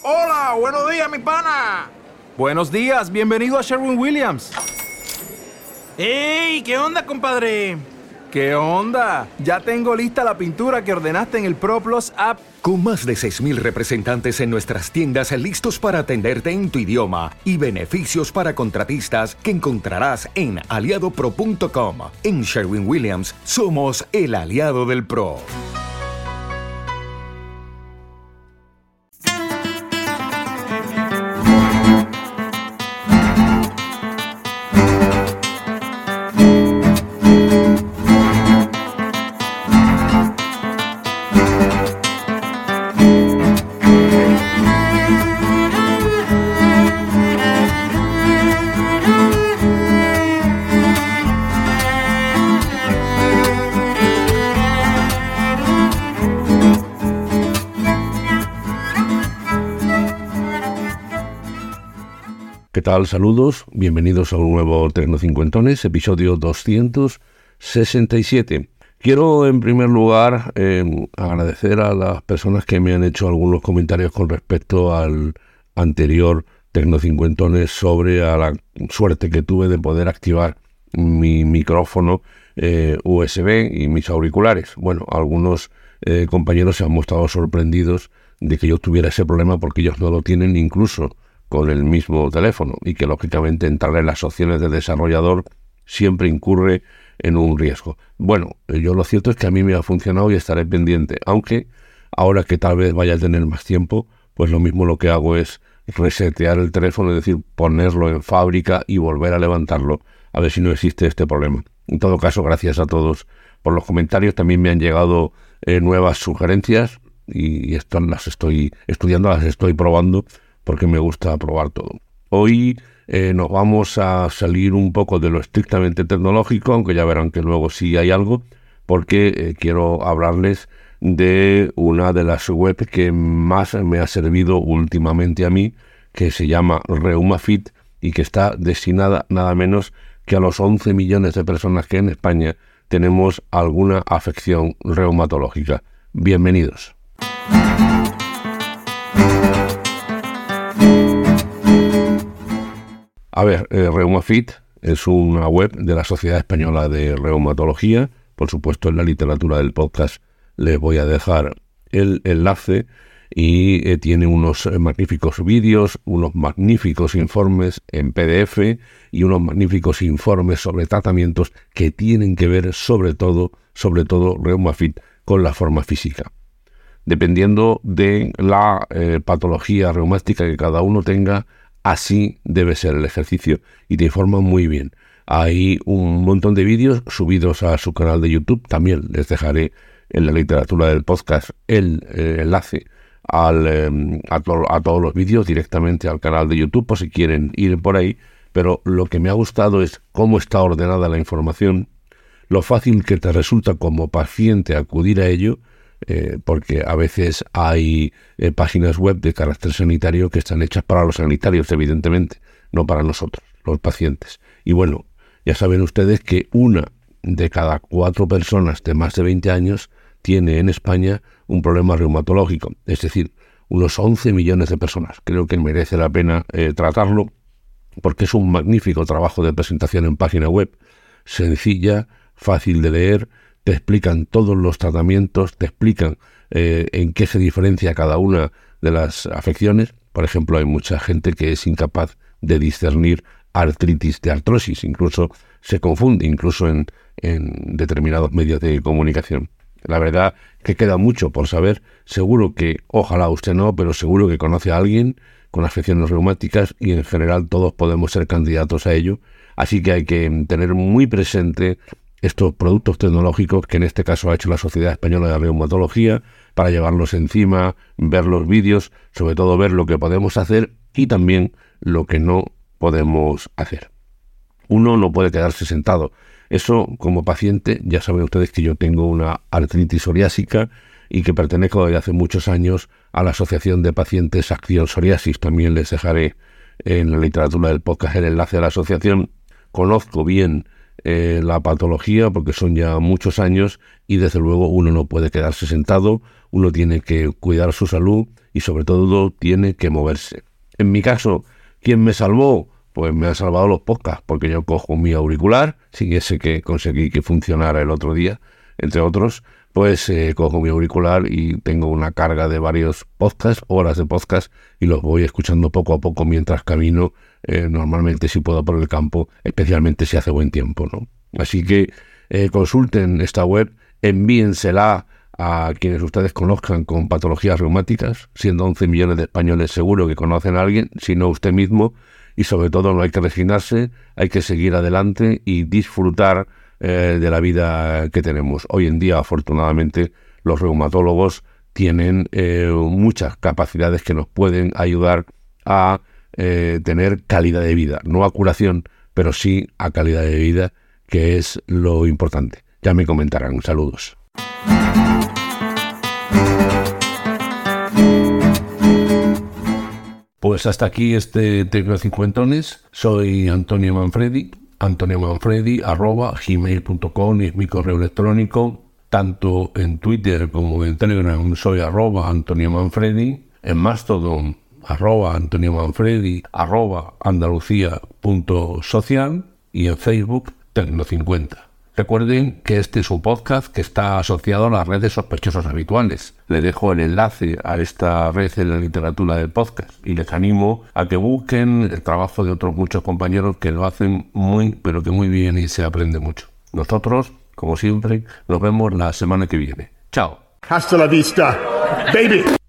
Hola, buenos días, mi pana. Buenos días, bienvenido a Sherwin-Williams. ¡Ey! ¿Qué onda, compadre? ¿Qué onda? Ya tengo lista la pintura que ordenaste en el ProPlus app. Con más de 6,000 representantes en nuestras tiendas listos para atenderte en tu idioma y beneficios para contratistas que encontrarás en aliadopro.com. En Sherwin-Williams somos el aliado del pro. ¿Qué tal? Saludos, bienvenidos a un nuevo Tecnocincuentones, episodio 267. Quiero en primer lugar agradecer a las personas que me han hecho algunos comentarios con respecto al anterior Tecnocincuentones sobre a la suerte que tuve de poder activar mi micrófono USB y mis auriculares. Bueno, algunos compañeros se han mostrado sorprendidos de que yo tuviera ese problema porque ellos no lo tienen incluso con el mismo teléfono y que lógicamente entrar en las opciones de desarrollador siempre incurre en un riesgo. Bueno, yo lo cierto es que a mí me ha funcionado y estaré pendiente, aunque ahora que tal vez vaya a tener más tiempo, pues lo mismo lo que hago es resetear el teléfono, es decir, ponerlo en fábrica y volver a levantarlo, a ver si no existe este problema. En todo caso, gracias a todos por los comentarios, también me han llegado nuevas sugerencias y estas las estoy estudiando, las estoy probando, porque me gusta probar todo. Hoy nos vamos a salir un poco de lo estrictamente tecnológico, aunque ya verán que luego sí hay algo, porque quiero hablarles de una de las webs que más me ha servido últimamente a mí, que se llama ReumaFit y que está destinada nada menos que a los 11 millones de personas que en España tenemos alguna afección reumatológica. Bienvenidos. A ver, ReumaFit es una web de la Sociedad Española de Reumatología. Por supuesto, en la literatura del podcast les voy a dejar el enlace y tiene unos magníficos vídeos, unos magníficos informes en PDF y unos magníficos informes sobre tratamientos que tienen que ver sobre todo ReumaFit con la forma física. Dependiendo de la patología reumática que cada uno tenga, así debe ser el ejercicio y te informan muy bien. Hay un montón de vídeos subidos a su canal de YouTube. También les dejaré en la literatura del podcast el enlace a todos los vídeos directamente al canal de YouTube por si quieren ir por ahí. Pero lo que me ha gustado es cómo está ordenada la información, lo fácil que te resulta como paciente acudir a ello, porque a veces hay páginas web de carácter sanitario que están hechas para los sanitarios, evidentemente, no para nosotros, los pacientes. Y bueno, ya saben ustedes que 1 de cada 4 personas de más de 20 años tiene en España un problema reumatológico, es decir, unos 11 millones de personas. Creo que merece la pena tratarlo porque es un magnífico trabajo de presentación en página web, sencilla, fácil de leer. Te explican todos los tratamientos, te explican en qué se diferencia cada una de las afecciones. Por ejemplo, hay mucha gente que es incapaz de discernir artritis de artrosis, incluso se confunde, incluso en determinados medios de comunicación. La verdad que queda mucho por saber. Seguro que, ojalá usted no, pero seguro que conoce a alguien con afecciones reumáticas y en general todos podemos ser candidatos a ello. Así que hay que tener muy presente estos productos tecnológicos que en este caso ha hecho la Sociedad Española de Reumatología para llevarlos encima, ver los vídeos, sobre todo ver lo que podemos hacer y también lo que no podemos hacer. Uno no puede quedarse sentado. Eso, como paciente, ya saben ustedes que yo tengo una artritis psoriásica y que pertenezco desde hace muchos años a la Asociación de Pacientes Acción Psoriasis. También les dejaré en la literatura del podcast el enlace a la asociación. Conozco bien la patología porque son ya muchos años y desde luego uno no puede quedarse sentado, uno tiene que cuidar su salud y sobre todo tiene que moverse. En mi caso, ¿quién me salvó? Pues me han salvado los podcasts, porque yo cojo mi auricular, sin ese que conseguí que funcionara el otro día, entre otros, pues cojo mi auricular y tengo una carga de varios podcasts, horas de podcast, y los voy escuchando poco a poco mientras camino, normalmente si puedo por el campo, especialmente si hace buen tiempo, ¿no? Así que consulten esta web, envíensela a quienes ustedes conozcan con patologías reumáticas, siendo 11 millones de españoles seguro que conocen a alguien, si no usted mismo, y sobre todo no hay que resignarse, hay que seguir adelante y disfrutar de la vida que tenemos. Hoy en día, afortunadamente, los reumatólogos tienen muchas capacidades que nos pueden ayudar a tener calidad de vida, no a curación, pero sí a calidad de vida, que es lo importante. Ya me comentarán. Saludos. Pues hasta aquí este Tecnocincuentones. Soy Antonio Manfredi. antoniomanfredi@gmail.com es mi correo electrónico. Tanto en Twitter como en Telegram soy @AntonioManfredi. En Mastodon @AntonioManfredi, @Andalucía.social y en Facebook Tecno50. Recuerden que este es un podcast que está asociado a las redes sospechosos habituales. Le dejo el enlace a esta red en la literatura del podcast y les animo a que busquen el trabajo de otros muchos compañeros que lo hacen muy, pero que muy bien y se aprende mucho. Nosotros, como siempre, nos vemos la semana que viene. ¡Chao! Hasta la vista, baby.